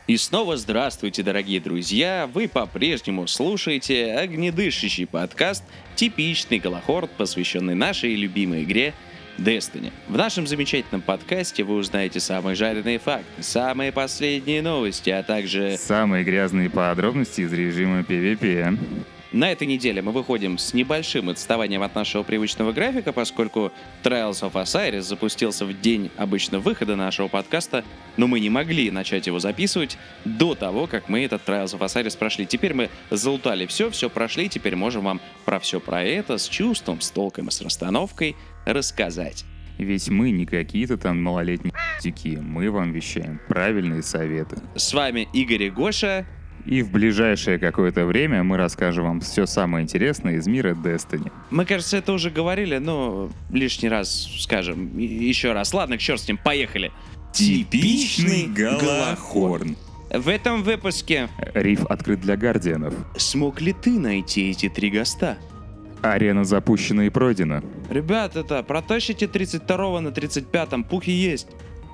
И снова здравствуйте, дорогие друзья! Вы по-прежнему слушаете огнедышащий подкаст «Типичный Голохорд», посвященный нашей любимой игре Destiny. В нашем замечательном подкасте вы узнаете самые жареные факты, самые последние новости, а также самые грязные подробности из режима PvP. На этой неделе мы выходим с небольшим отставанием от нашего привычного графика, поскольку Trials of Osiris запустился в день обычного выхода нашего подкаста, но мы не могли начать его записывать до того, как мы этот Trials of Osiris прошли. Теперь мы залутали все прошли, теперь можем вам про все про это с чувством, с толком и с расстановкой рассказать. Ведь мы не какие-то там малолетние ***ки, мы вам вещаем правильные советы. С вами Игорь и Гоша. И в ближайшее какое-то время мы расскажем вам все самое интересное из мира Destiny. Мы, кажется, это уже говорили, но лишний раз скажем еще раз. Ладно, черт с ним, поехали. Типичный Голохорн. В этом выпуске Риф открыт для гардианов. смог ли ты найти эти 3 госта? Арена запущена и пройдена. Ребят, протащите 32 на 35-м, пухи есть.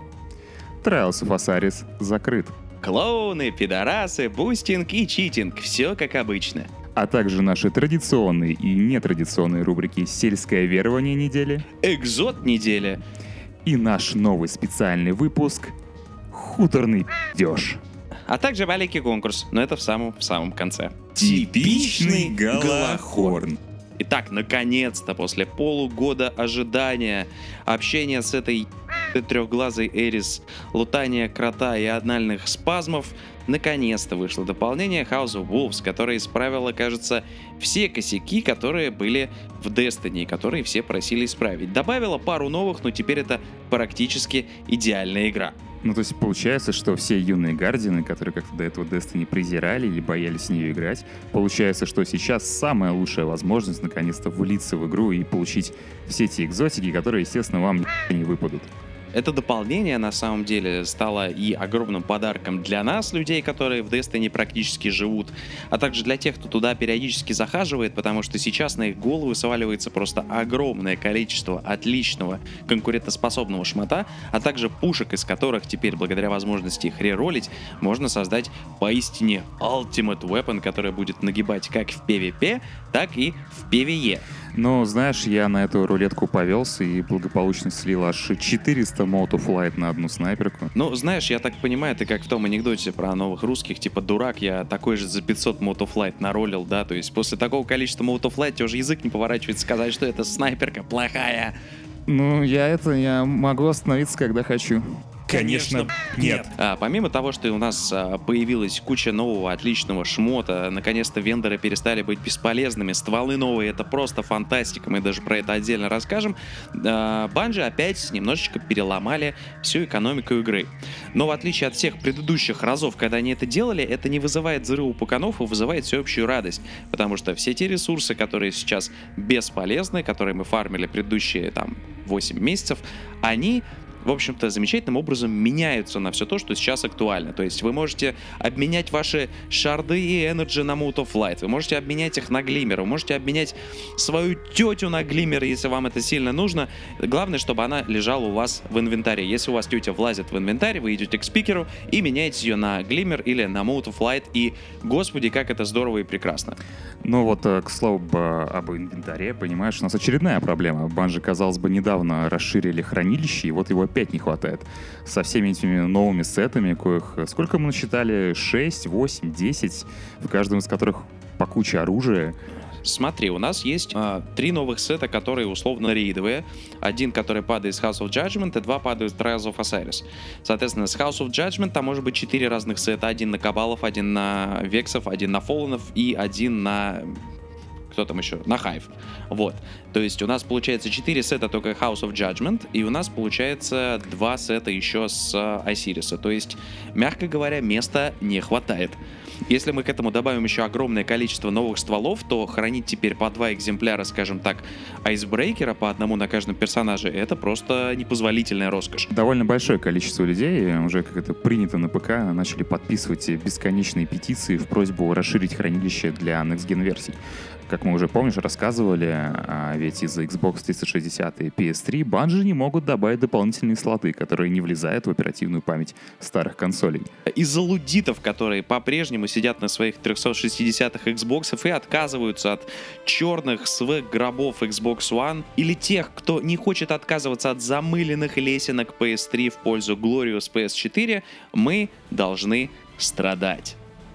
Trials of Osiris закрыт. Клоуны, пидорасы, бустинг и читинг. Все как обычно. А также наши традиционные и нетрадиционные рубрики «Сельское верование недели» Экзот недели. и наш новый специальный выпуск «Хуторный пи***еж». А также маленький конкурс, но это в самом конце. Типичный Голохорн. Итак, наконец-то, после полугода ожидания, общения с этой трехглазой Эрис, лутания крота и анальных спазмов, наконец-то вышло дополнение House of Wolves, которое исправило, кажется, все косяки, которые были в Destiny, которые все просили исправить. Добавило пару новых, но теперь это практически идеальная игра. Ну, то есть получается, что все юные гардианы, которые как-то до этого Destiny презирали или боялись в нее играть, получается, что сейчас самая лучшая возможность наконец-то влиться в игру и получить все эти экзотики, которые, естественно, вам не выпадут. Это дополнение, на самом деле, стало и огромным подарком для нас, людей, которые в Destiny практически живут, а также для тех, кто туда периодически захаживает, потому что сейчас на их головы сваливается просто огромное количество отличного конкурентоспособного шмота, а также пушек, из которых теперь, благодаря возможности их реролить, можно создать поистине Ultimate Weapon, который будет нагибать как в PvP, так и в PvE. Но, знаешь, я на эту рулетку повелся и благополучно слил аж 400 Mode of Light на одну снайперку. Ну, знаешь, я так понимаю, ты как в том анекдоте про новых русских, типа, дурак, я такой же за 500 Mode of Light наролил, да, то есть после такого количества Mode of Light тебе уже язык не поворачивается сказать, что это снайперка плохая. Ну, я могу остановиться, когда хочу. Конечно, нет. Помимо того, что у нас появилась куча нового отличного шмота, наконец-то вендоры перестали быть бесполезными, стволы новые, это просто фантастика, мы даже про это отдельно расскажем. Bungie опять немножечко переломали всю экономику игры. Но в отличие от всех предыдущих разов, когда они это делали, это не вызывает взрыва пуканов и вызывает всеобщую радость, потому что все те ресурсы, которые сейчас бесполезны, которые мы фармили предыдущие 8 месяцев, они, в общем-то, замечательным образом меняются на все то, что сейчас актуально. То есть вы можете обменять ваши шарды и энерджи на Mode of Light, вы можете обменять их на глиммер, вы можете обменять свою тетю на глиммер, если вам это сильно нужно. Главное, чтобы она лежала у вас в инвентаре. Если у вас тетя влазит в инвентарь, вы идете к спикеру и меняете ее на глиммер или на Mode of Light. И, господи, как это здорово и прекрасно. Ну вот, к слову об инвентаре, понимаешь, у нас очередная проблема. Bungie, казалось бы, недавно расширили хранилище, и вот его опять не хватает. Со всеми этими новыми сетами, коих, сколько мы насчитали? 6, 8, 10, в каждом из которых по куче оружия. Смотри, у нас есть 3 новых сета, которые условно рейдовые. Один, который падает с House of Judgment, и 2 падают с Trials of Osiris. Соответственно, с House of Judgment там может быть 4 разных сета. Один на Кабалов, один на Вексов, один на Фолленов и один на... Кто там еще? На Hive. Вот. То есть у нас получается 4 сета только House of Judgment, и у нас получается 2 сета еще с Осириса. То есть, мягко говоря, места не хватает. Если мы к этому добавим еще огромное количество новых стволов, то хранить теперь по 2 экземпляра, скажем так, айсбрейкера по одному на каждом персонаже, это просто непозволительная роскошь. Довольно большое количество людей, уже как это принято на ПК, начали подписывать бесконечные петиции в просьбу расширить хранилище для Next Gen версий. Как мы уже, помнишь, рассказывали, ведь из-за Xbox 360 и PS3 Bungie не могут добавить дополнительные слоты, которые не влезают в оперативную память старых консолей. Из-за лудитов, которые по-прежнему сидят на своих 360-х Xbox и отказываются от черных свэг-гробов Xbox One, или тех, кто не хочет отказываться от замыленных лесенок PS3 в пользу Glorious PS4, мы должны страдать.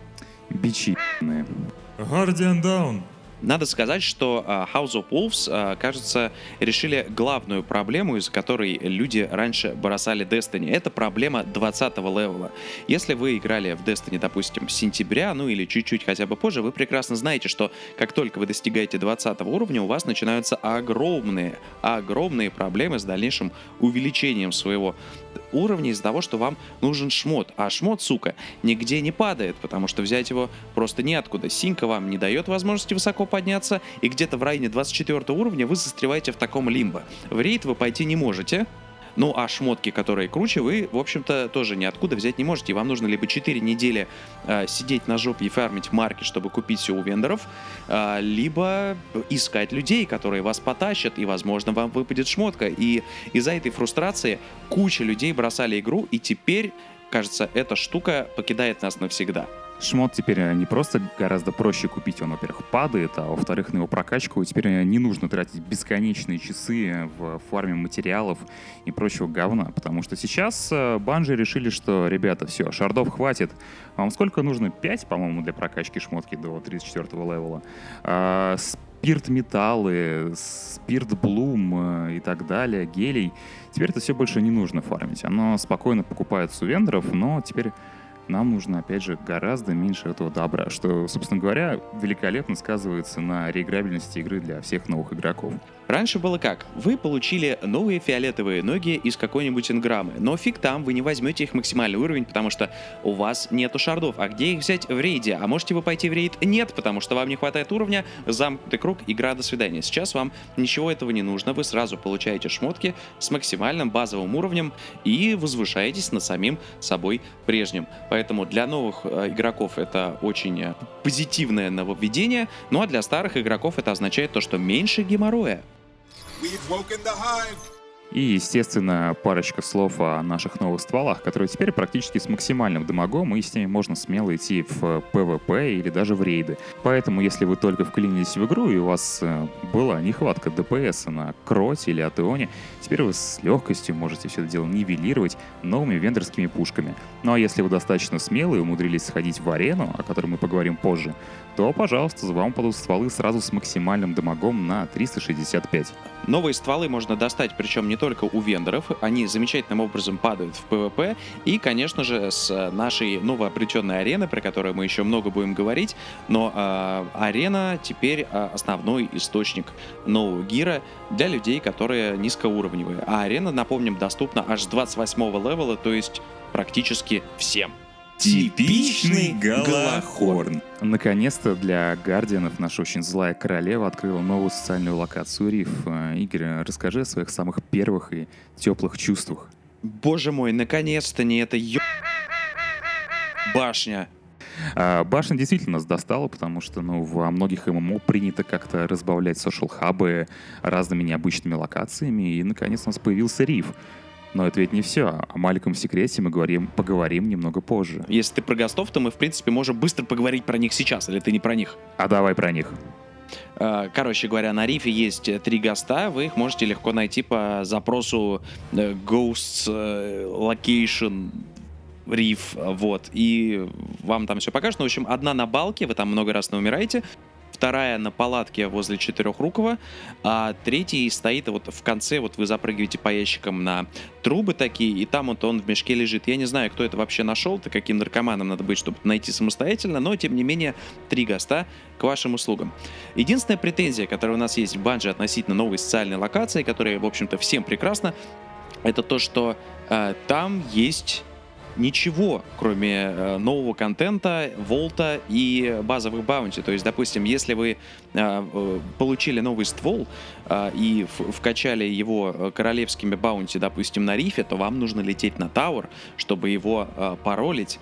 Бичи ***ные. Guardian Down. Надо сказать, что House of Wolves, кажется, решили главную проблему, из-за которой люди раньше бросали Destiny. Это проблема 20-го левела. Если вы играли в Destiny, допустим, с сентября, ну или чуть-чуть хотя бы позже, вы прекрасно знаете, что как только вы достигаете 20 уровня, у вас начинаются огромные проблемы с дальнейшим увеличением своего уровня из-за того, что вам нужен шмот. А шмот, сука, нигде не падает, потому что взять его просто неоткуда. Синька вам не дает возможности высоко подняться, и где-то в районе 24 уровня вы застреваете в таком лимбо. В рейд вы пойти не можете. Ну, а шмотки, которые круче, вы, в общем-то, тоже ниоткуда взять не можете. И вам нужно либо 4 недели сидеть на жопе и фармить марки, чтобы купить все у вендоров, либо искать людей, которые вас потащат, и, возможно, вам выпадет шмотка. И из-за этой фрустрации куча людей бросали игру, и теперь, кажется, эта штука покидает нас навсегда. Шмот теперь не просто гораздо проще купить, он, во-первых, падает, а во-вторых, на его прокачку теперь не нужно тратить бесконечные часы в фарме материалов и прочего говна, потому что сейчас Bungie решили, что, ребята, все, шардов хватит. Вам сколько нужно? 5, по-моему, для прокачки шмотки до 34-го левела. Спирт-металлы, спирт-блум и так далее, гелий. Теперь это все больше не нужно фармить. Оно спокойно покупается у вендоров, но теперь нам нужно, опять же, гораздо меньше этого добра, что, собственно говоря, великолепно сказывается на реиграбельности игры для всех новых игроков. Раньше было как? Вы получили новые фиолетовые ноги из какой-нибудь инграммы, но фиг там, вы не возьмете их максимальный уровень, потому что у вас нету шардов. А где их взять в рейде? А можете вы пойти в рейд? Нет, потому что вам не хватает уровня, замкнутый круг, игра, до свидания. Сейчас вам ничего этого не нужно, вы сразу получаете шмотки с максимальным базовым уровнем и возвышаетесь над самим собой прежним. Поэтому для новых игроков это очень позитивное нововведение, ну а для старых игроков это означает то, что меньше геморроя. И, естественно, парочка слов о наших новых стволах, которые теперь практически с максимальным дамагом, и с ними можно смело идти в PvP или даже в рейды. Поэтому, если вы только вклинились в игру, и у вас была нехватка ДПС на Кроте или Атеоне, теперь вы с легкостью можете все это дело нивелировать новыми вендорскими пушками. Ну а если вы достаточно смелые и умудрились сходить в арену, о которой мы поговорим позже, то, пожалуйста, вам падут стволы сразу с максимальным дамагом на 365. Новые стволы можно достать, причем не только у вендоров, они замечательным образом падают в PvP, и, конечно же, с нашей новообретенной арены, про которую мы еще много будем говорить, но арена теперь основной источник нового гира для людей, которые низкоуровневые. А арена, напомним, доступна аж с 28-го левела, то есть практически всем. Типичный Галахорн. Наконец-то для Гардианов наша очень злая королева открыла новую социальную локацию Риф. Игорь, расскажи о своих самых первых и теплых чувствах. Боже мой, наконец-то не эта башня. Башня действительно нас достала, потому что во многих ММО принято как-то разбавлять социал-хабы разными необычными локациями, и наконец у нас появился Риф. Но это ведь не все. О маленьком секрете мы поговорим немного позже. Если ты про гостов, то мы, в принципе, можем быстро поговорить про них сейчас, или ты не про них? А давай про них. Короче говоря, на Рифе есть 3 госта, вы их можете легко найти по запросу Ghosts Location Reef, вот, и вам там все покажут. Ну, в общем, одна на балке, вы там много раз наумираете, вторая на палатке возле Четырехрукого, а третий стоит вот в конце, вот вы запрыгиваете по ящикам на трубы такие, и там вот он в мешке лежит. Я не знаю, кто это вообще нашел, то каким наркоманом надо быть, чтобы найти самостоятельно, но, тем не менее, 3 госта к вашим услугам. Единственная претензия, которая у нас есть в Bungie относительно новой социальной локации, которая, в общем-то, всем прекрасна, это то, что там есть ничего, кроме нового контента, волта и базовых баунти. То есть, допустим, если вы получили новый ствол и вкачали его королевскими баунти, допустим, на рифе, то вам нужно лететь на тауэр, чтобы его паролить.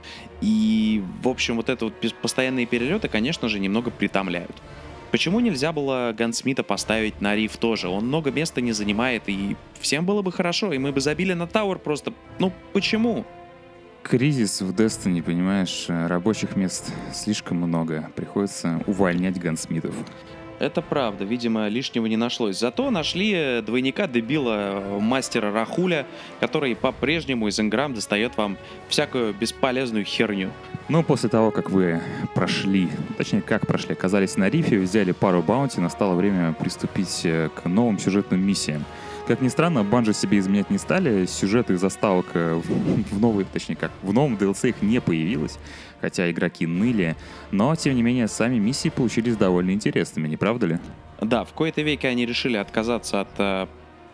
И, в общем, вот это вот постоянные перелеты, конечно же, немного притомляют. Почему нельзя было Гансмита поставить на риф тоже? Он много места не занимает, и всем было бы хорошо, и мы бы забили на тауэр просто. Ну, почему? Кризис в Destiny, понимаешь, рабочих мест слишком много. Приходится увольнять гансмитов. Это правда, видимо, лишнего не нашлось. Зато нашли двойника-дебила мастера Рахуля, который по-прежнему из Инграм достает вам всякую бесполезную херню. Но после того, как вы прошли, оказались на рифе, взяли пару баунти, настало время приступить к новым сюжетным миссиям. Как ни странно, Bungie себе изменять не стали, сюжеты и заставок в новом DLC их не появилось, хотя игроки ныли, но, тем не менее, сами миссии получились довольно интересными, не правда ли? Да, в кои-то веке они решили отказаться от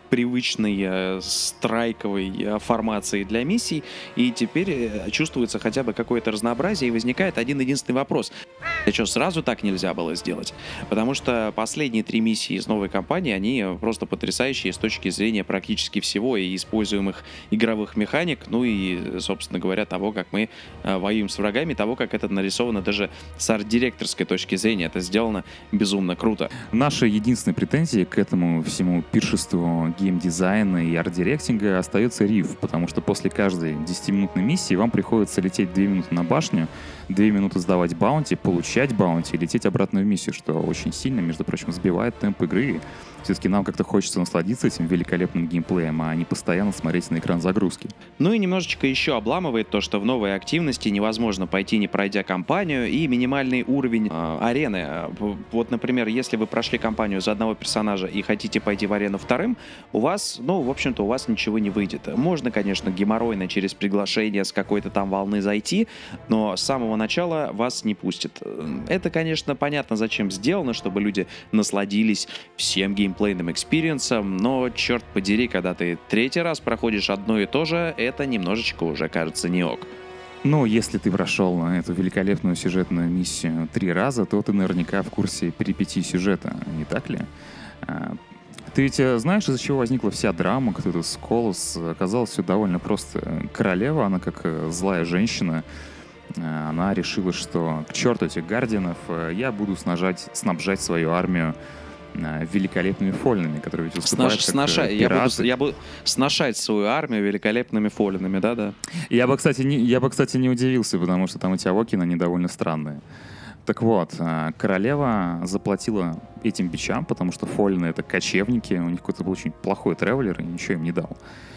привычной страйковой формации для миссий, и теперь чувствуется хотя бы какое-то разнообразие, и возникает один-единственный вопрос. А что, сразу так нельзя было сделать? Потому что последние 3 миссии из новой кампании, они просто потрясающие с точки зрения практически всего и используемых игровых механик, ну и, собственно говоря, того, как мы воюем с врагами, того, как это нарисовано даже с арт-директорской точки зрения. Это сделано безумно круто. Наша единственная претензия к этому всему пиршеству геймдизайна и арт-директинга остается риф, потому что после каждой 10-минутной миссии вам приходится лететь 2 минуты на башню, 2 минуты сдавать баунти, получать баунти и лететь обратно в миссию, что очень сильно, между прочим, сбивает темп игры. Все-таки нам как-то хочется насладиться этим великолепным геймплеем, а не постоянно смотреть на экран загрузки. Ну и немножечко еще обламывает то, что в новой активности невозможно пойти, не пройдя кампанию, и минимальный уровень арены. Вот, например, если вы прошли кампанию за одного персонажа и хотите пойти в арену вторым, у вас, в общем-то, у вас ничего не выйдет. Можно, конечно, геморройно через приглашение с какой-то там волны зайти, но с самого начала вас не пустят. Это, конечно, понятно, зачем сделано, чтобы люди насладились всем геймплейным экспириенсом, но, черт подери, когда ты 3-й раз проходишь одно и то же, это немножечко уже кажется не ок. Ну, если ты прошел эту великолепную сюжетную миссию 3 раза, то ты наверняка в курсе перипетий сюжета, не так ли? Ты ведь знаешь, из-за чего возникла вся драма, кто это Сколос? Оказалось все довольно просто. Королева, она как злая женщина, она решила, что к черту этих гардианов, я буду снабжать свою армию великолепными фолинами, которые ведь выступают как пираты. Я буду сношать свою армию великолепными фолинами, да-да. Я бы, кстати, не удивился, потому что там эти авокины, они довольно странные. Так вот, королева заплатила этим бичам, потому что фолины — это кочевники, у них какой-то был очень плохой тревелер, и ничего им не дал.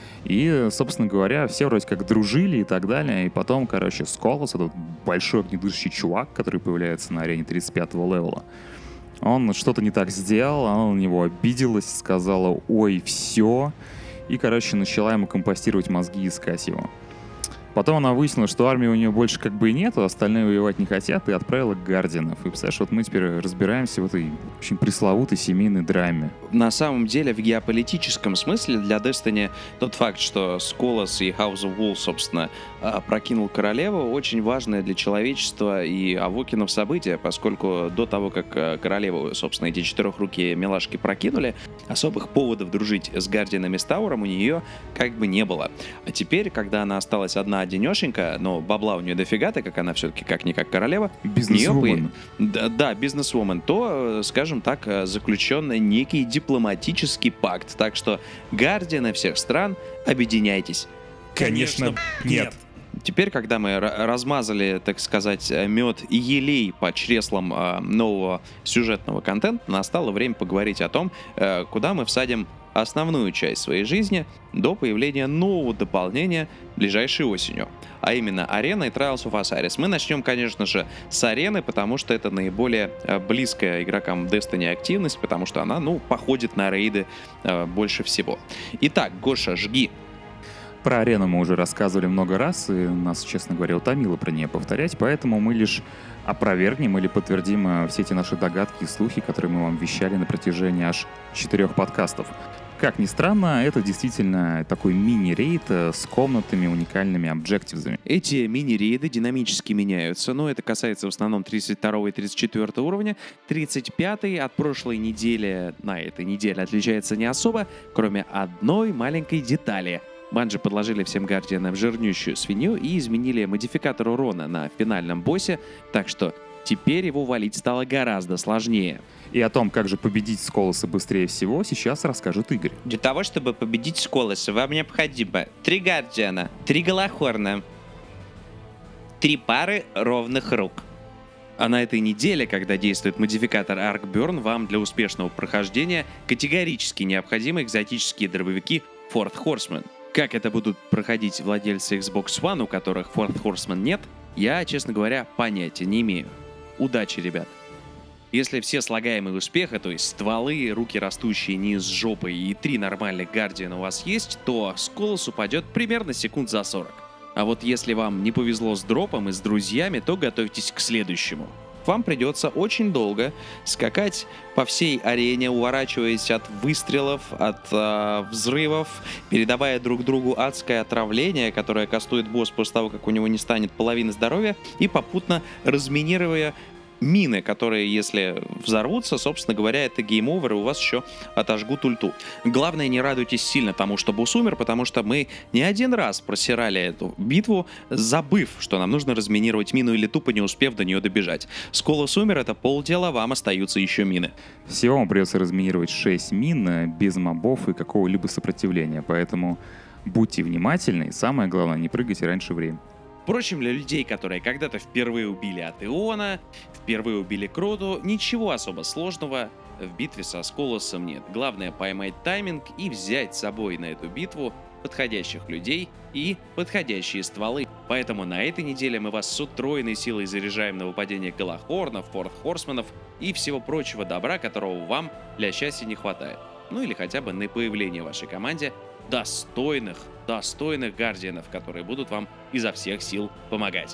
И, собственно говоря, все вроде как дружили и так далее. И потом, Сколос, этот большой огнедышащий чувак, который появляется на арене 35-го левела, он что-то не так сделал, она на него обиделась, сказала «Ой, все», и, начала ему компостировать мозги и искать его. Потом она выяснила, что армии у нее больше как бы и нет, а остальные воевать не хотят, и отправила гардианов. И, представляешь, вот мы теперь разбираемся в этой очень пресловутой семейной драме. На самом деле, в геополитическом смысле для Destiny тот факт, что Сколос и House of Wolves, собственно, прокинул королеву, очень важное для человечества и Авокинов событие, поскольку до того, как королеву, собственно, эти четырехрукие милашки прокинули, особых поводов дружить с гардианами с Тауром у нее как бы не было. А теперь, когда она осталась одна-одинешенька, но бабла у нее дофига, так как она все-таки как-никак королева, бизнесвумен. Да, бизнесвумен, то, скажем так, заключен некий дипломатический пакт. Так что гардианы всех стран, объединяйтесь. Конечно, нет. Теперь, когда мы размазали, так сказать, мед и елей по чреслам нового сюжетного контента, настало время поговорить о том, куда мы всадим основную часть своей жизни до появления нового дополнения ближайшей осенью, а именно арена и Trials of Osiris. Мы начнем, конечно же, с арены, потому что это наиболее близкая игрокам Destiny активность, потому что она, походит на рейды больше всего. Итак, Гоша, жги. Про арену мы уже рассказывали много раз, и нас, честно говоря, утомило про нее повторять, поэтому мы лишь опровергнем или подтвердим все эти наши догадки и слухи, которые мы вам вещали на протяжении аж 4 подкастов. Как ни странно, это действительно такой мини-рейд с комнатными уникальными объективами. Эти мини-рейды динамически меняются, но это касается в основном 32 и 34 уровня. 35 от прошлой недели на этой неделе отличается не особо, кроме одной маленькой детали. Банжи подложили всем гардианам жирнющую свинью и изменили модификатор урона на финальном боссе, так что теперь его валить стало гораздо сложнее. И о том, как же победить Сколоса быстрее всего, сейчас расскажет Игорь. Для того, чтобы победить Сколоса, вам необходимо 3 Гардиана, 3 Голохорна, 3 пары ровных рук. А на этой неделе, когда действует модификатор Arcburn, вам для успешного прохождения категорически необходимы экзотические дробовики Fourth Horseman. Как это будут проходить владельцы Xbox One, у которых Fourth Horseman нет, я, честно говоря, понятия не имею. Удачи, ребят! Если все слагаемые успеха, то есть стволы, руки, растущие низ жопы и 3 нормальных гардиана у вас есть, то Сколос упадет примерно секунд за 40. А вот если вам не повезло с дропом и с друзьями, то готовьтесь к следующему. Вам придется очень долго скакать по всей арене, уворачиваясь от выстрелов, от взрывов, передавая друг другу адское отравление, которое кастует босс после того, как у него не станет половины здоровья, и попутно разминируя мины, которые, если взорвутся, собственно говоря, это гейм-овер, и у вас еще отожгут ульту. Главное, не радуйтесь сильно тому, что босс умер, потому что мы не один раз просирали эту битву, забыв, что нам нужно разминировать мину или тупо не успев до нее добежать. Сколос умер, это полдела, вам остаются еще мины. Всего вам придется разминировать 6 мин без мобов и какого-либо сопротивления, поэтому будьте внимательны и самое главное, не прыгайте раньше времени. Впрочем, для людей, которые когда-то впервые убили Атеона, впервые убили Кроту, ничего особо сложного в битве со Сколосом нет. Главное поймать тайминг и взять с собой на эту битву подходящих людей и подходящие стволы. Поэтому на этой неделе мы вас с утроенной силой заряжаем на выпадение Голохорнов, Форт Хорсманов и всего прочего добра, которого вам для счастья не хватает. Ну или хотя бы на появление в вашей команде достойных гардианов, которые будут вам изо всех сил помогать.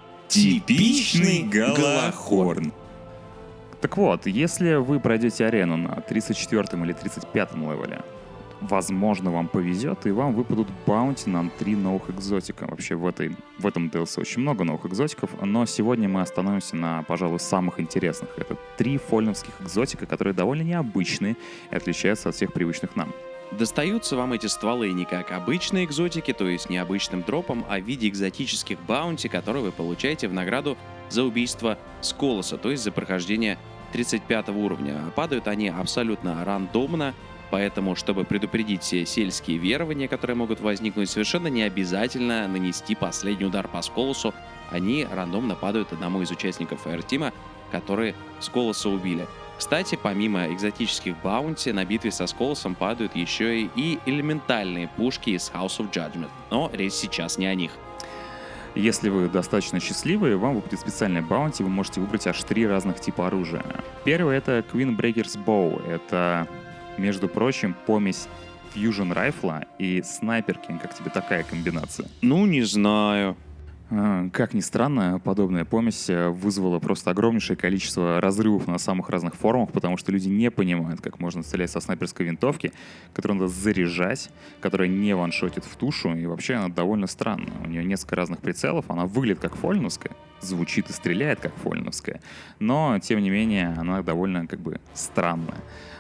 Типичный Голохорн. Так вот, если вы пройдете арену на 34 или 35 левеле, возможно, вам повезет, и вам выпадут баунти на 3 новых экзотика. Вообще в этом DLC очень много новых экзотиков, но сегодня мы остановимся на, пожалуй, самых интересных. Это 3 фольновских экзотика, которые довольно необычные и отличаются от всех привычных нам. Достаются вам эти стволы не как обычные экзотики, то есть необычным дропом, а в виде экзотических баунти, которые вы получаете в награду за убийство Сколоса, то есть за прохождение 35 уровня. Падают они абсолютно рандомно, поэтому, чтобы предупредить все сельские верования, которые могут возникнуть, совершенно не обязательно нанести последний удар по Сколосу. Они рандомно падают одному из участников Фаертима, которые Сколоса убили. Кстати, помимо экзотических баунти, на битве со Сколосом падают еще и элементальные пушки из House of Judgment. Но речь сейчас не о них. Если вы достаточно счастливы, вам выпадет специальная баунти, вы можете выбрать аж 3 разных типа оружия. Первый — это Queen Breaker's Bow. Это, между прочим, помесь Fusion Rifle и снайперки. Как тебе такая комбинация? Ну, не знаю. Как ни странно, подобная помесь вызвала просто огромнейшее количество разрывов на самых разных форумах, потому что люди не понимают, как можно стрелять со снайперской винтовки, которую надо заряжать, которая не ваншотит в тушу, и вообще она довольно странная. У нее несколько разных прицелов, она выглядит как фольновская, звучит и стреляет как фольновская, но, тем не менее, она довольно странная.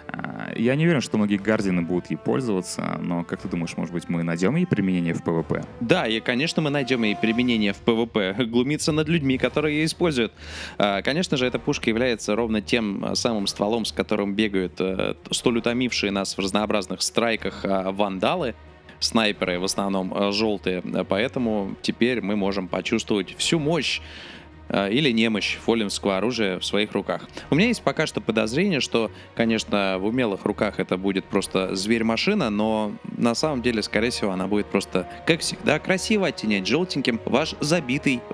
Я не уверен, что многие гардианы будут ей пользоваться, но как ты думаешь, может быть, мы найдем ей применение в ПВП? Да, и, конечно, мы найдем ей применение в ПВП. Глумиться над людьми, которые ее используют. Конечно же, эта пушка является ровно тем самым стволом, с которым бегают столь утомившие нас в разнообразных страйках вандалы. Снайперы в основном желтые. Поэтому теперь мы можем почувствовать всю мощь или немощь фоллинского оружия в своих руках. У меня есть пока что подозрение, что, конечно, в умелых руках это будет просто зверь-машина, но на самом деле, скорее всего, она будет просто, как всегда, красиво оттенять желтеньким ваш забитый волт.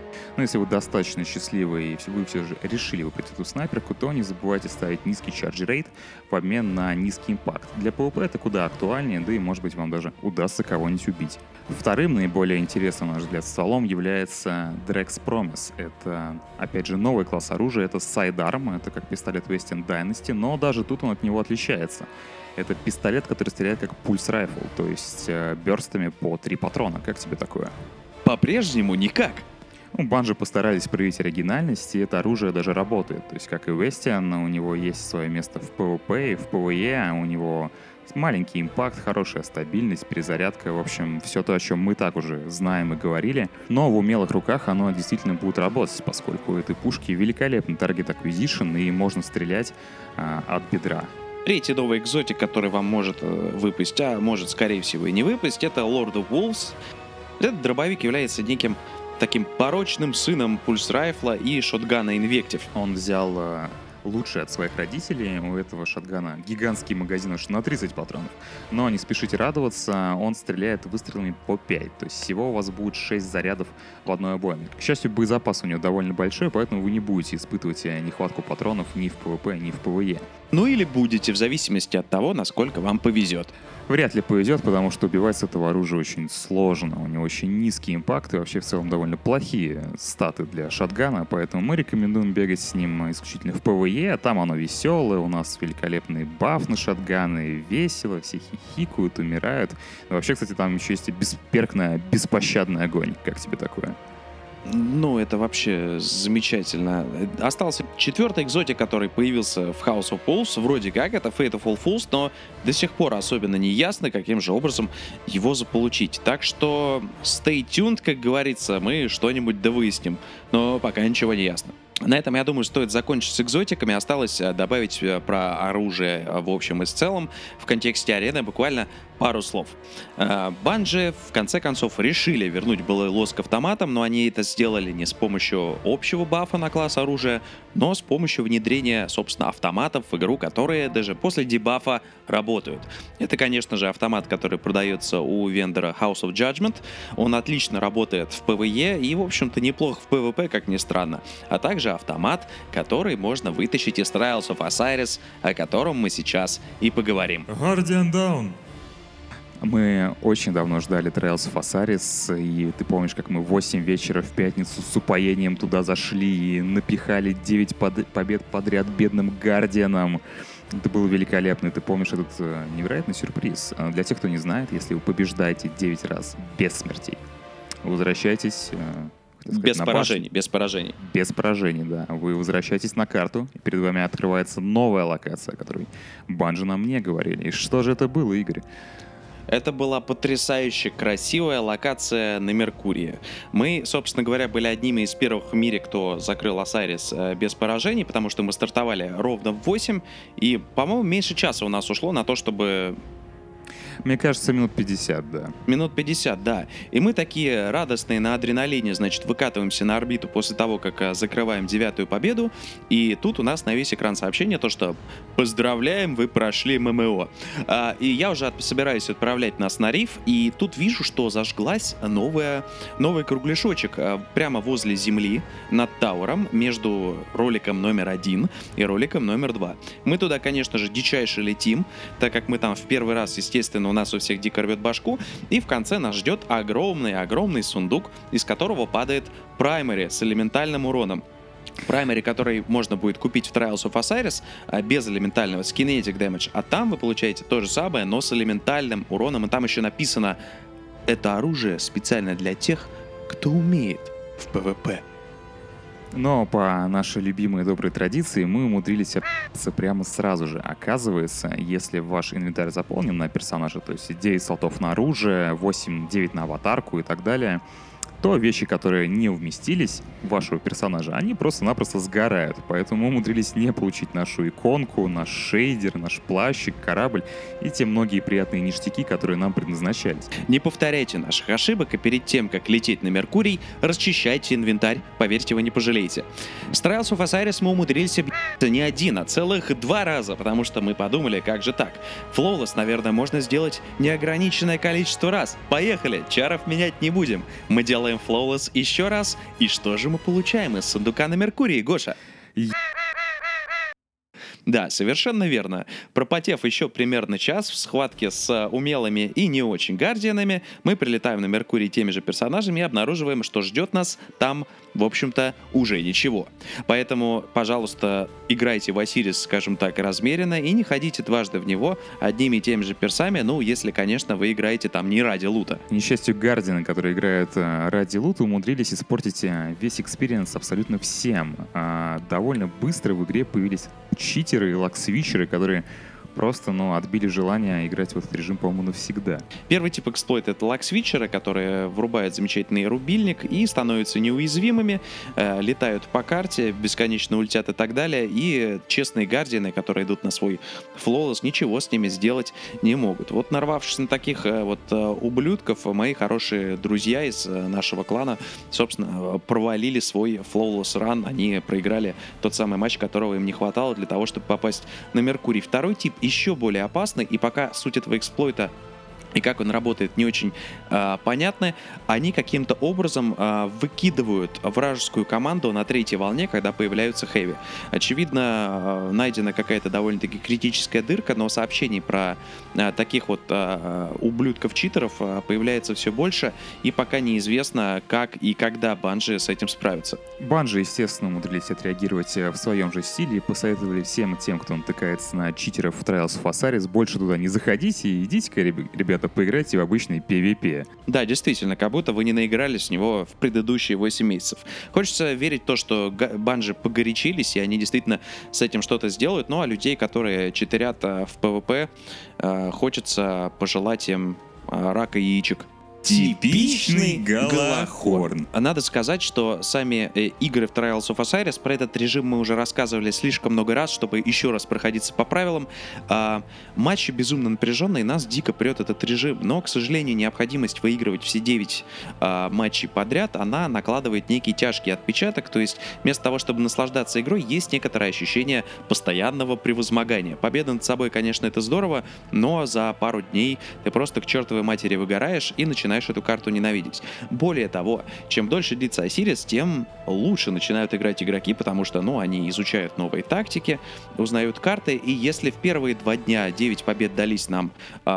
Но если вы достаточно счастливы и вы все же решили выбрать эту снайперку, то не забывайте ставить низкий charge rate в обмен на низкий импакт. Для PvP это куда актуальнее, да и может быть вам даже удастся кого-нибудь убить. Вторым наиболее интересным, на наш взгляд, стволом является Drex Promise. Это, опять же, новый класс оружия, это Sidearm, это как пистолет Western Dynasty, но даже тут он от него отличается. Это пистолет, который стреляет как пульс райфл, то есть бёрстами по 3 патрона. Как тебе такое? По-прежнему никак. Банжи постарались проявить оригинальность, и это оружие даже работает. То есть, как и Westian, у него есть свое место в PvP и в PvE, у него маленький импакт, хорошая стабильность, перезарядка, в общем, все то, о чем мы так уже знаем и говорили. Но в умелых руках оно действительно будет работать, поскольку у этой пушки великолепный таргет acquisition, и можно стрелять от бедра. Третий новый экзотик, который вам может выпасть, а может, скорее всего, и не выпасть, это Lord of Wolves. Этот дробовик является неким таким порочным сыном пульс-райфла и шотгана Invective. Он взял лучшее от своих родителей. У этого шотгана гигантский магазин аж на 30 патронов. Но не спешите радоваться, он стреляет выстрелами по 5. То есть всего у вас будет 6 зарядов в одной обойме. К счастью, боезапас у него довольно большой, поэтому вы не будете испытывать нехватку патронов ни в PvP, ни в PvE. Ну или будете, в зависимости от того, насколько вам повезет. Вряд ли повезет, потому что убивать с этого оружия очень сложно. У него очень низкий импакт и вообще в целом довольно плохие статы для шотгана, поэтому мы рекомендуем бегать с ним исключительно в PvE, а там оно веселое, у нас великолепный баф на шотганы, весело, все хихикают, умирают. И вообще, кстати, там еще есть и беспощадный огонь. Как тебе такое? Ну, это вообще замечательно. Остался четвертый экзотик, который появился в House of Wolves. Вроде как это Fateful Fools, но до сих пор особенно не ясно, каким же образом его заполучить. Так что stay tuned, как говорится, мы что-нибудь довыясним. Но пока ничего не ясно. На этом, я думаю, стоит закончить с экзотиками. Осталось добавить про оружие в общем и в целом. В контексте арены буквально пару слов. Банжи в конце концов решили вернуть былой лоск автоматам, но они это сделали не с помощью общего бафа на класс оружия, но с помощью внедрения, собственно, автоматов в игру, которые даже после дебафа работают. Это, конечно же, автомат, который продается у вендора House of Judgment. Он отлично работает в PvE и, в общем-то, неплохо в PvP, как ни странно. А также автомат, который можно вытащить из Trials of Osiris, о котором мы сейчас и поговорим. Guardian Down. Мы очень давно ждали Trials of Osiris, и ты помнишь, как мы в 8 вечера в пятницу с упоением туда зашли и напихали 9 побед подряд бедным Гардианам. Это было великолепно, ты помнишь этот невероятный сюрприз. Для тех, кто не знает, если вы побеждаете 9 раз без смертей, вы возвращаетесь... Без поражений, без поражений. Без поражений, да. Вы возвращаетесь на карту, и перед вами открывается новая локация, о которой Банжи нам не говорили. И что же это было, Игорь? Это была потрясающе красивая локация на Меркурии. Мы, собственно говоря, были одними из первых в мире, кто закрыл Осайрис без поражений, потому что мы стартовали ровно в 8, и, по-моему, меньше часа у нас ушло на то, чтобы... Мне кажется, минут 50, да. Минут 50, да. И мы такие радостные на адреналине, значит, выкатываемся на орбиту после того, как закрываем 9-ю победу. И тут у нас на весь экран сообщение, то, что поздравляем, вы прошли ММО. И я уже собираюсь отправлять нас на риф, и тут вижу, что зажглась новый кругляшочек прямо возле земли, над Тауэром, между роликом номер 1 и роликом номер 2. Мы туда, конечно же, дичайше летим, так как мы там в первый раз, естественно, у нас у всех дико рвет башку, и в конце нас ждет огромный сундук, из которого падает праймари с элементальным уроном. Праймари, который можно будет купить в Trials of Osiris без элементального, с Kinetic Damage, а там вы получаете то же самое, но с элементальным уроном, и там еще написано: это оружие специально для тех, кто умеет в PvP. Но по нашей любимой доброй традиции мы умудрились опиться прямо сразу же. Оказывается, если ваш инвентарь заполнен на персонажа, то есть 9 слотов на оружие, 8-9 на аватарку и так далее, то вещи, которые не вместились в вашего персонажа, они просто-напросто сгорают. Поэтому мы умудрились не получить нашу иконку, наш шейдер, наш плащик, корабль и те многие приятные ништяки, которые нам предназначались. Не повторяйте наших ошибок, и перед тем, как лететь на Меркурий, расчищайте инвентарь, поверьте, вы не пожалеете. С Trials of Osiris мы умудрились объебаться не один, а целых 2 раза, потому что мы подумали, как же так? Флоулесс, наверное, можно сделать неограниченное количество раз. Поехали, чаров менять не будем. Мы делаем делаем флоулесс еще раз. И что же мы получаем из сундука на Меркурии, Гоша? Да, совершенно верно. Пропотев еще примерно час в схватке с умелыми и не очень гардианами, мы прилетаем на Меркурий теми же персонажами и обнаруживаем, что ждет нас там, в общем-то, уже ничего. Поэтому, пожалуйста, играйте в Осирис, скажем так, размеренно и не ходите дважды в него одними и теми же персами, ну, если, конечно, вы играете там не ради лута. К несчастью, гардианы, которые играют ради лута, умудрились испортить весь экспириенс абсолютно всем. Довольно быстро в игре появились читеры и лаксвичеры, которые просто, отбили желание играть в этот режим, по-моему, навсегда. Первый тип эксплойта — это лак-свитчеры, которые врубают замечательный рубильник и становятся неуязвимыми, летают по карте, бесконечно улетят и так далее, и честные гардианы, которые идут на свой флолос, ничего с ними сделать не могут. Вот нарвавшись на таких ублюдков, мои хорошие друзья из нашего клана, собственно, провалили свой флолос ран, они проиграли тот самый матч, которого им не хватало для того, чтобы попасть на Меркурий. Второй тип еще более опасный, и пока суть этого эксплойта и как он работает не очень понятны, они каким-то образом выкидывают вражескую команду на третьей волне, когда появляются хэви. Очевидно, найдена какая-то довольно-таки критическая дырка, но сообщений про таких вот ублюдков-читеров появляется все больше, и пока неизвестно, как и когда Bungie с этим справится. Bungie, естественно, умудрились отреагировать в своем же стиле и посоветовали всем тем, кто натыкается на читеров в Trials of Osiris, больше туда не заходите и идите-ка, ребята, поиграйте в обычный PvP. Да, действительно, как будто вы не наигрались с него в предыдущие 8 месяцев. Хочется верить в то, что Bungie погорячились, и они действительно с этим что-то сделают, ну а людей, которые читерят в PvP, хочется пожелать им рака яичек. Типичный Галахорн. Надо сказать, что сами игры в Trials of Osiris, про этот режим мы уже рассказывали слишком много раз, чтобы еще раз проходиться по правилам. Матчи безумно напряженные, нас дико прет этот режим, но, к сожалению, необходимость выигрывать все 9 матчей подряд, она накладывает некий тяжкий отпечаток, то есть вместо того, чтобы наслаждаться игрой, есть некоторое ощущение постоянного превозмогания. Победа над собой, конечно, это здорово, но за пару дней ты просто к чертовой матери выгораешь и начинаешь эту карту ненавидеть. Более того, чем дольше длится Осирис, тем лучше начинают играть игроки, потому что, они изучают новые тактики, узнают карты, и если в первые 2 дня 9 побед дались нам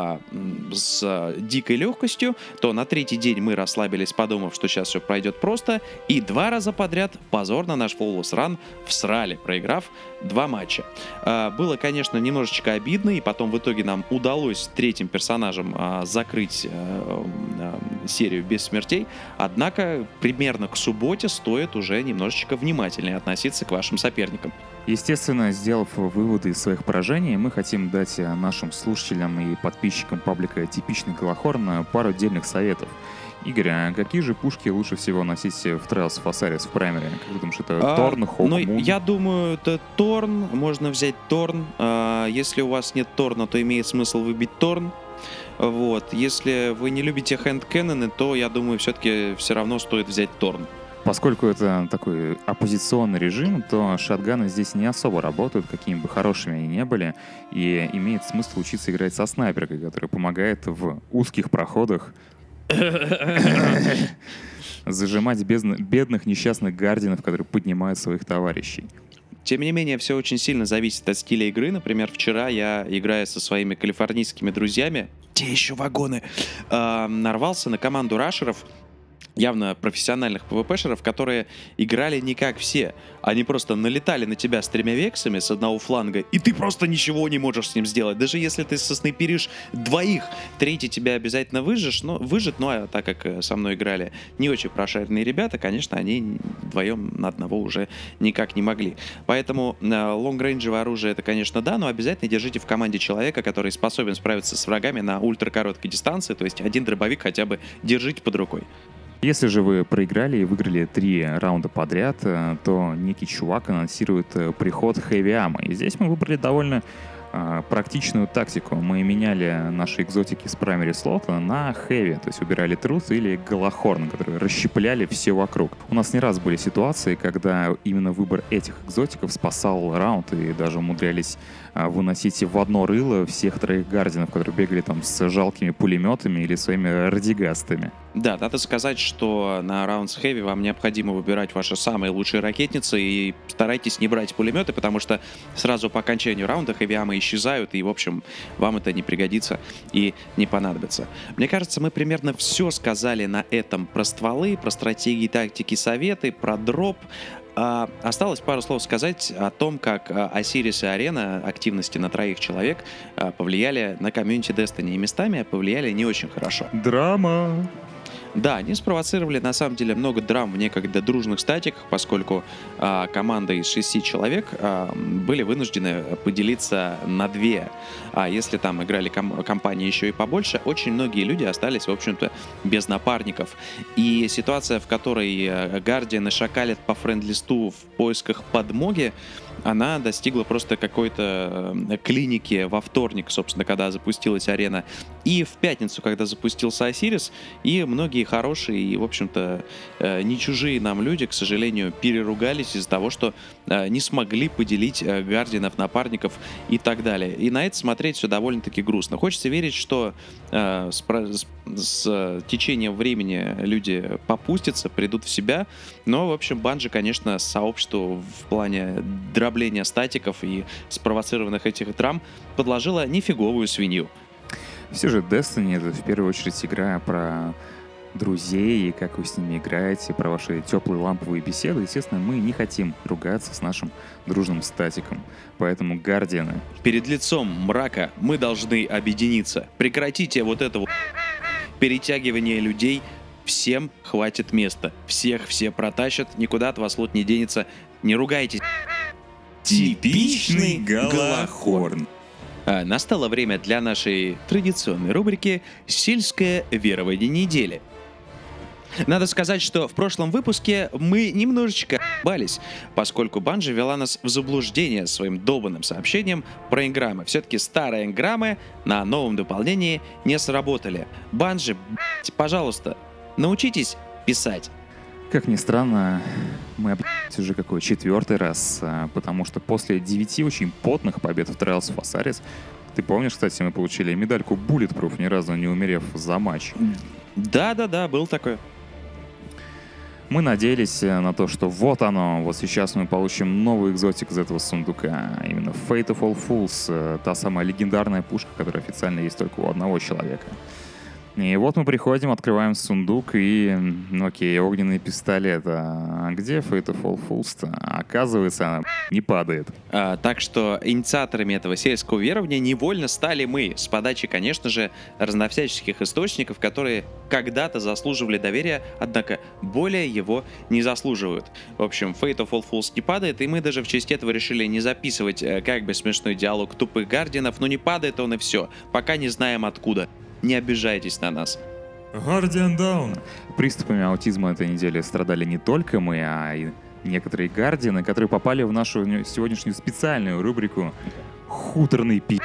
с дикой легкостью, то на 3-й день мы расслабились, подумав, что сейчас все пройдет просто, и 2 раза подряд позорно наш Flawless Run всрали, проиграв 2 матча. Было, конечно, немножечко обидно, и потом в итоге нам удалось 3-м персонажем закрыть серию без смертей, однако примерно к субботе стоит уже немножечко внимательнее относиться к вашим соперникам. Естественно, сделав выводы из своих поражений, мы хотим дать нашим слушателям и подписчикам паблика «Типичный Галахорн» пару отдельных советов. Игорь, а какие же пушки лучше всего носить в Trials of Osiris в праймере? Как ты думаешь, это Торн, Хокмун? Я думаю, это Торн. Можно взять Торн. Если у вас нет Торна, то имеет смысл выбить Торн. Вот. Если вы не любите хэндкэнноны, то, я думаю, все-таки все равно стоит взять Торн. Поскольку это такой оппозиционный режим, то шотганы здесь не особо работают, какими бы хорошими они не были, и имеет смысл учиться играть со снайперкой, которая помогает в узких проходах зажимать бедных несчастных гардианов, которые поднимают своих товарищей. Тем не менее, все очень сильно зависит от стиля игры. Например, вчера я, играя со своими калифорнийскими друзьями, те еще вагоны, нарвался на команду рашеров, явно профессиональных PvP-шеров, которые играли не как все. Они просто налетали на тебя с 3 вексами с одного фланга, и ты просто ничего не можешь с ним сделать. Даже если ты соснайперишь 2, 3-й тебя обязательно выжжет, но так как со мной играли не очень прошаренные ребята, конечно, они вдвоем на одного уже никак не могли. Поэтому лонгрейнджевое оружие это, конечно, да, но обязательно держите в команде человека, который способен справиться с врагами на ультракороткой дистанции, то есть 1 дробовик хотя бы держите под рукой. Если же вы проиграли и выиграли 3 раунда подряд, то некий чувак анонсирует приход Heavy Ammo. И здесь мы выбрали довольно практичную тактику. Мы меняли наши экзотики с праймери слота на Heavy, то есть убирали Truth или Галахорн, которые расщепляли все вокруг. У нас не раз были ситуации, когда именно выбор этих экзотиков спасал раунд, и даже умудрялись выносить в одно рыло всех 3 гардианов, которые бегали там с жалкими пулеметами или своими радигастами. Да, надо сказать, что на Rounds Heavy вам необходимо выбирать ваши самые лучшие ракетницы и старайтесь не брать пулеметы, потому что сразу по окончанию раунда хэви-амы исчезают, и, в общем, вам это не пригодится и не понадобится. Мне кажется, мы примерно все сказали на этом про стволы, про стратегии, тактики, советы, про дроп. Осталось пару слов сказать о том, как Osiris и Арена, активности на 3 человек, повлияли на комьюнити Destiny, и местами повлияли не очень хорошо. Драма! Да, они спровоцировали на самом деле много драм в некогда дружных статиках, поскольку команда из 6 человек были вынуждены поделиться на 2. А если там играли компании еще и побольше, очень многие люди остались, в общем-то, без напарников. И ситуация, в которой Гардианы шакалят по френд-листу в поисках подмоги, она достигла просто какой-то клиники во вторник, собственно, когда запустилась Арена, и в пятницу, когда запустился Osiris, и многие хорошие и, в общем-то, не чужие нам люди, к сожалению, переругались из-за того, что не смогли поделить Гардианов, напарников и так далее. И на это смотреть все довольно-таки грустно. Хочется верить, что с течением времени люди попустятся, придут в себя, но, в общем, Bungie, конечно, сообществу в плане дробления статиков и спровоцированных этих драм подложила нифиговую свинью. Все же Destiny — это в первую очередь игра про друзей и как вы с ними играете, про ваши теплые ламповые беседы. Естественно, мы не хотим ругаться с нашим дружным статиком. Поэтому Гардианы... Перед лицом мрака мы должны объединиться. Прекратите вот это вот перетягивание людей. Всем хватит места. Всех все протащат. Никуда от вас лут не денется. Не ругайтесь. Типичный Галахорн. Настало время для нашей традиционной рубрики «Сельское верование недели». Надо сказать, что в прошлом выпуске мы немножечко ебались, поскольку Bungie вела нас в заблуждение своим долбанным сообщением про энграммы. Все-таки старые энграммы на новом дополнении не сработали. Bungie, пожалуйста, научитесь писать. Как ни странно, мы объебались уже какой 4-й раз, потому что после 9 очень потных побед в Trials of Osiris, ты помнишь, кстати, мы получили медальку Bulletproof, ни разу не умерев за матч. Да, был такой. Мы надеялись на то, что вот оно, вот сейчас мы получим новый экзотик из этого сундука, а именно Fate of All Fools, та самая легендарная пушка, которая официально есть только у одного человека. И вот мы приходим, открываем сундук и, окей, огненный пистолет. А где Fate of All Fools-то? Оказывается, она не падает. Так что инициаторами этого сельского верования невольно стали мы, с подачи, конечно же, разновсяческих источников, которые когда-то заслуживали доверия, однако более его не заслуживают. В общем, Fate of All Fools не падает, и мы даже в честь этого решили не записывать как бы смешной диалог тупых гардианов, но не падает он и все, пока не знаем откуда. Не обижайтесь на нас. Guardian Down. Приступами аутизма этой недели страдали не только мы, а и некоторые гардианы, которые попали в нашу сегодняшнюю специальную рубрику «Хуторный пи***».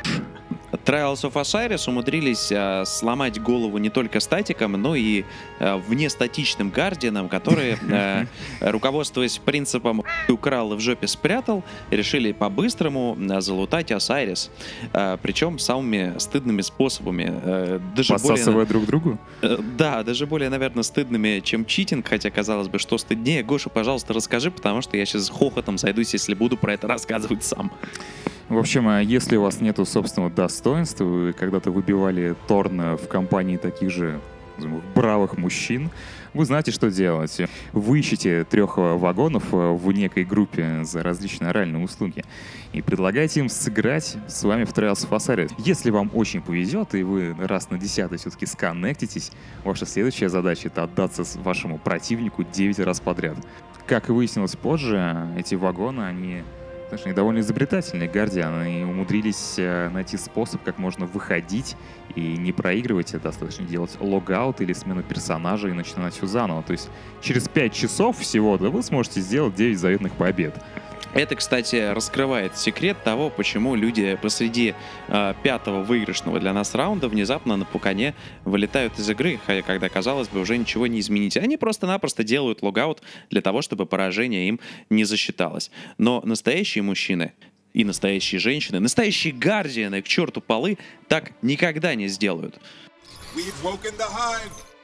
Trials of Osiris умудрились сломать голову не только статикам, но и внестатичным гардианам, которые, руководствуясь принципом «украл и в жопе спрятал», решили по-быстрому залутать Osiris. Причем самыми стыдными способами. Посасывая друг другу? Да, даже более, наверное, стыдными, чем читинг, хотя, казалось бы, что стыднее. Гоша, пожалуйста, расскажи, потому что я сейчас хохотом зайдусь, если буду про это рассказывать сам. В общем, если у вас нету собственного достоинства, вы когда-то выбивали Торн в компании таких же бравых мужчин, вы знаете, что делать. Вы ищете 3 вагонов в некой группе за различные оральные услуги и предлагаете им сыграть с вами в Trials of Osiris. Если вам очень повезет, и вы раз на 10-й все-таки сконнектитесь, ваша следующая задача — это отдаться вашему противнику 9 раз подряд. Как и выяснилось позже, эти вагоны, они довольно изобретательные гардианы и умудрились найти способ, как можно выходить и не проигрывать. Это достаточно делать логаут или смену персонажа и начинать все заново. То есть через 5 часов всего-то вы сможете сделать 9 заветных побед. Это, кстати, раскрывает секрет того, почему люди посреди 5-го выигрышного для нас раунда внезапно на пукане вылетают из игры, когда, казалось бы, уже ничего не изменить. Они просто-напросто делают логаут для того, чтобы поражение им не засчиталось. Но настоящие мужчины и настоящие женщины, настоящие гардианы, к черту полы, так никогда не сделают.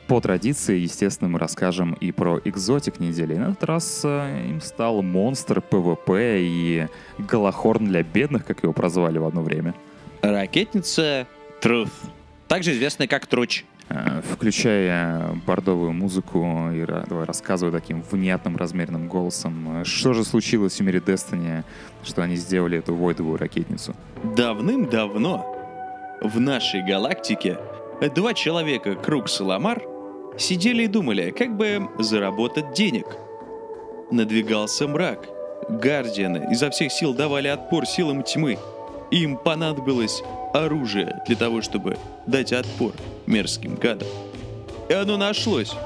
По традиции, естественно, мы расскажем и про экзотик недели. И на этот раз им стал монстр ПВП и Галахорн для бедных, как его прозвали в одно время. Ракетница Truth, также известная как Труч. Включая бордовую музыку и давай рассказывай таким внятным, размеренным голосом, что же случилось в мире Destiny, что они сделали эту войдовую ракетницу. Давным-давно в нашей галактике два человека, Крукс и Ламар, сидели и думали, как бы заработать денег. Надвигался мрак. Гардианы изо всех сил давали отпор силам тьмы. Им понадобилось оружие для того, чтобы дать отпор мерзким гадам. И оно нашлось.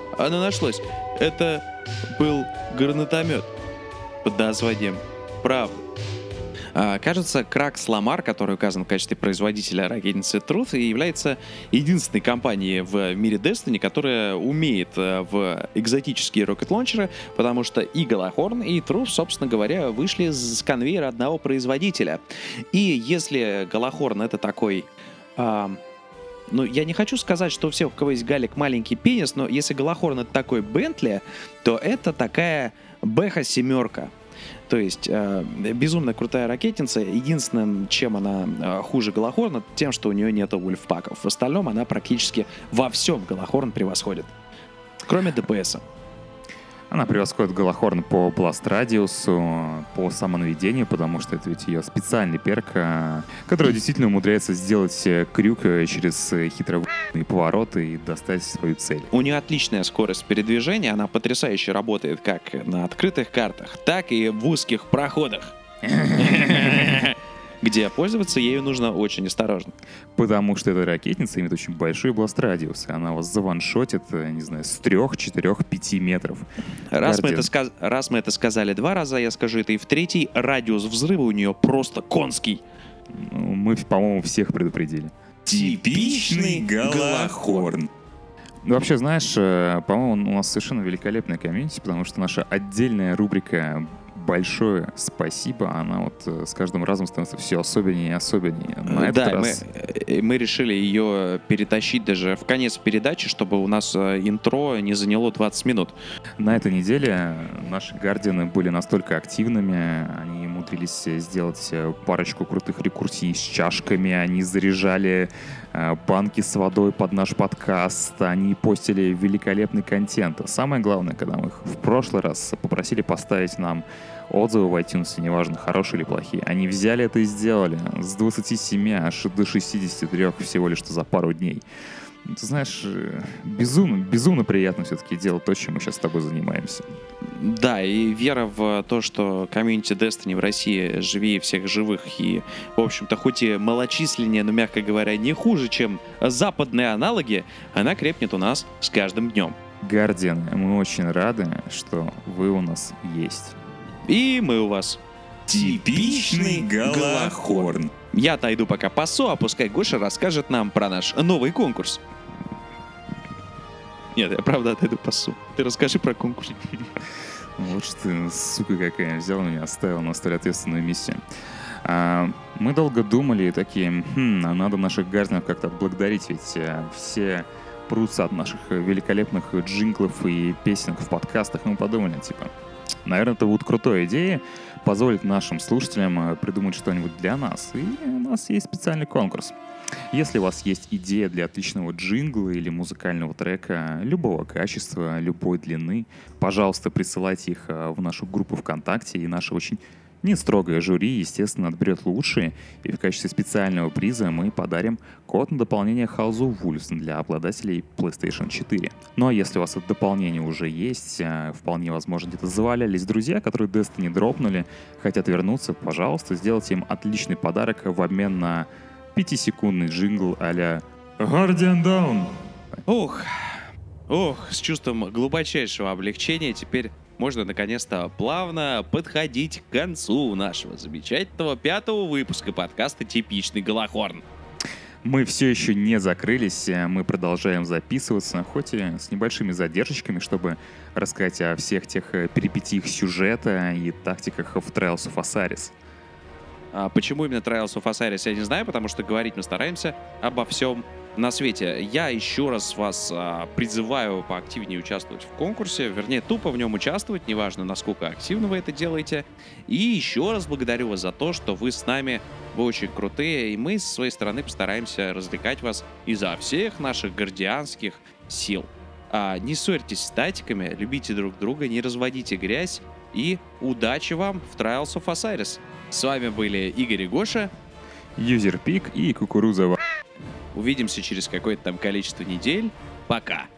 Это был гранатомет под названием «Правда». Кажется, Кракс Ламар, который указан в качестве производителя ракетницы Truth, является единственной компанией в мире Destiny, которая умеет в экзотические рокет-лончеры, потому что и Галахорн, и Truth, собственно говоря, вышли с конвейера одного производителя. И если Галахорн — это такой... я не хочу сказать, что у всех, у кого есть галик, маленький пенис, но если Галахорн — это такой Бентли, то это такая Бэха-семерка. То есть безумно крутая ракетница. Единственным, чем она хуже Галахорна, тем, что у нее нет ульфпаков. В остальном она практически во всем Галахорн превосходит. Кроме ДПСа. Она превосходит Галахорн по бласт-радиусу, по самонаведению, потому что это ведь ее специальный перк, который действительно умудряется сделать крюк через хитроумные повороты и достать свою цель. У нее отличная скорость передвижения, она потрясающе работает как на открытых картах, так и в узких проходах, где пользоваться ею нужно очень осторожно. Потому что эта ракетница имеет очень большой бласт-радиус, и она вас заваншотит, не знаю, с 3, 4, 5 метров. Раз мы это сказали 2 раза, я скажу это и в третий, радиус взрыва у нее просто конский. Мы, по-моему, всех предупредили. Типичный Галахорн. Вообще, знаешь, по-моему, у нас совершенно великолепная комьюнити, потому что наша отдельная рубрика «Большое спасибо», она вот с каждым разом становится все особеннее и особеннее. На этот раз... мы решили ее перетащить даже в конец передачи, чтобы у нас интро не заняло 20 минут. На этой неделе наши гардианы были настолько активными, они умудрились сделать парочку крутых рекурсий с чашками, они заряжали банки с водой под наш подкаст, они постили великолепный контент. Самое главное, когда мы их в прошлый раз попросили поставить нам отзывы в iTunes, неважно, хорошие или плохие, они взяли это и сделали с 27 аж до 63 всего лишь за пару дней. Ты знаешь, безумно приятно все-таки делать то, чем мы сейчас с тобой занимаемся. Да, и вера в то, что комьюнити Destiny в России живее всех живых и, в общем-то, хоть и малочисленнее, но, мягко говоря, не хуже, чем западные аналоги, она крепнет у нас с каждым днем. Гардианы, мы очень рады, что вы у нас есть. И мы у вас. Типичный Галахорн. Я отойду пока пасу, а пускай Гоша расскажет нам про наш новый конкурс. Нет, я правда отойду пасу. Ты расскажи про конкурс. Вот что ты, сука какая, взял меня, оставил на столь ответственную миссию. Мы долго думали и такие, надо наших гардианов как-то отблагодарить, ведь все прутся от наших великолепных джинглов и песенок в подкастах, и мы подумали, наверное, это будет крутой идеей позволить нашим слушателям придумать что-нибудь для нас. И у нас есть специальный конкурс. Если у вас есть идея для отличного джингла или музыкального трека любого качества, любой длины, пожалуйста, присылайте их в нашу группу ВКонтакте, и наше очень не строгое жюри, естественно, отберет лучшие, и в качестве специального приза мы подарим код на дополнение House of Wolves для обладателей PlayStation 4. Ну а если у вас это дополнение уже есть, вполне возможно, где-то завалялись друзья, которые Destiny дропнули, хотят вернуться, пожалуйста, сделайте им отличный подарок в обмен на 5-секундный джингл а-ля Guardian Down. Ох, с чувством глубочайшего облегчения теперь можно наконец-то плавно подходить к концу нашего замечательного 5-го выпуска подкаста «Типичный Галахорн». Мы все еще не закрылись, мы продолжаем записываться, хоть и с небольшими задержечками, чтобы рассказать о всех тех перипетиях сюжета и тактиках в Trials of Osiris. Почему именно Trials of Osiris, я не знаю, потому что говорить мы стараемся обо всем на свете. Я еще раз вас призываю поактивнее участвовать в конкурсе, вернее, тупо в нем участвовать, неважно, насколько активно вы это делаете. И еще раз благодарю вас за то, что вы с нами, вы очень крутые, и мы со своей стороны постараемся развлекать вас изо всех наших гардианских сил. Не ссорьтесь с татиками, любите друг друга, не разводите грязь, и удачи вам в Trials of Osiris. С вами были Игорь и Гоша. Юзерпик и Кукуруза. Увидимся через какое-то там количество недель. Пока.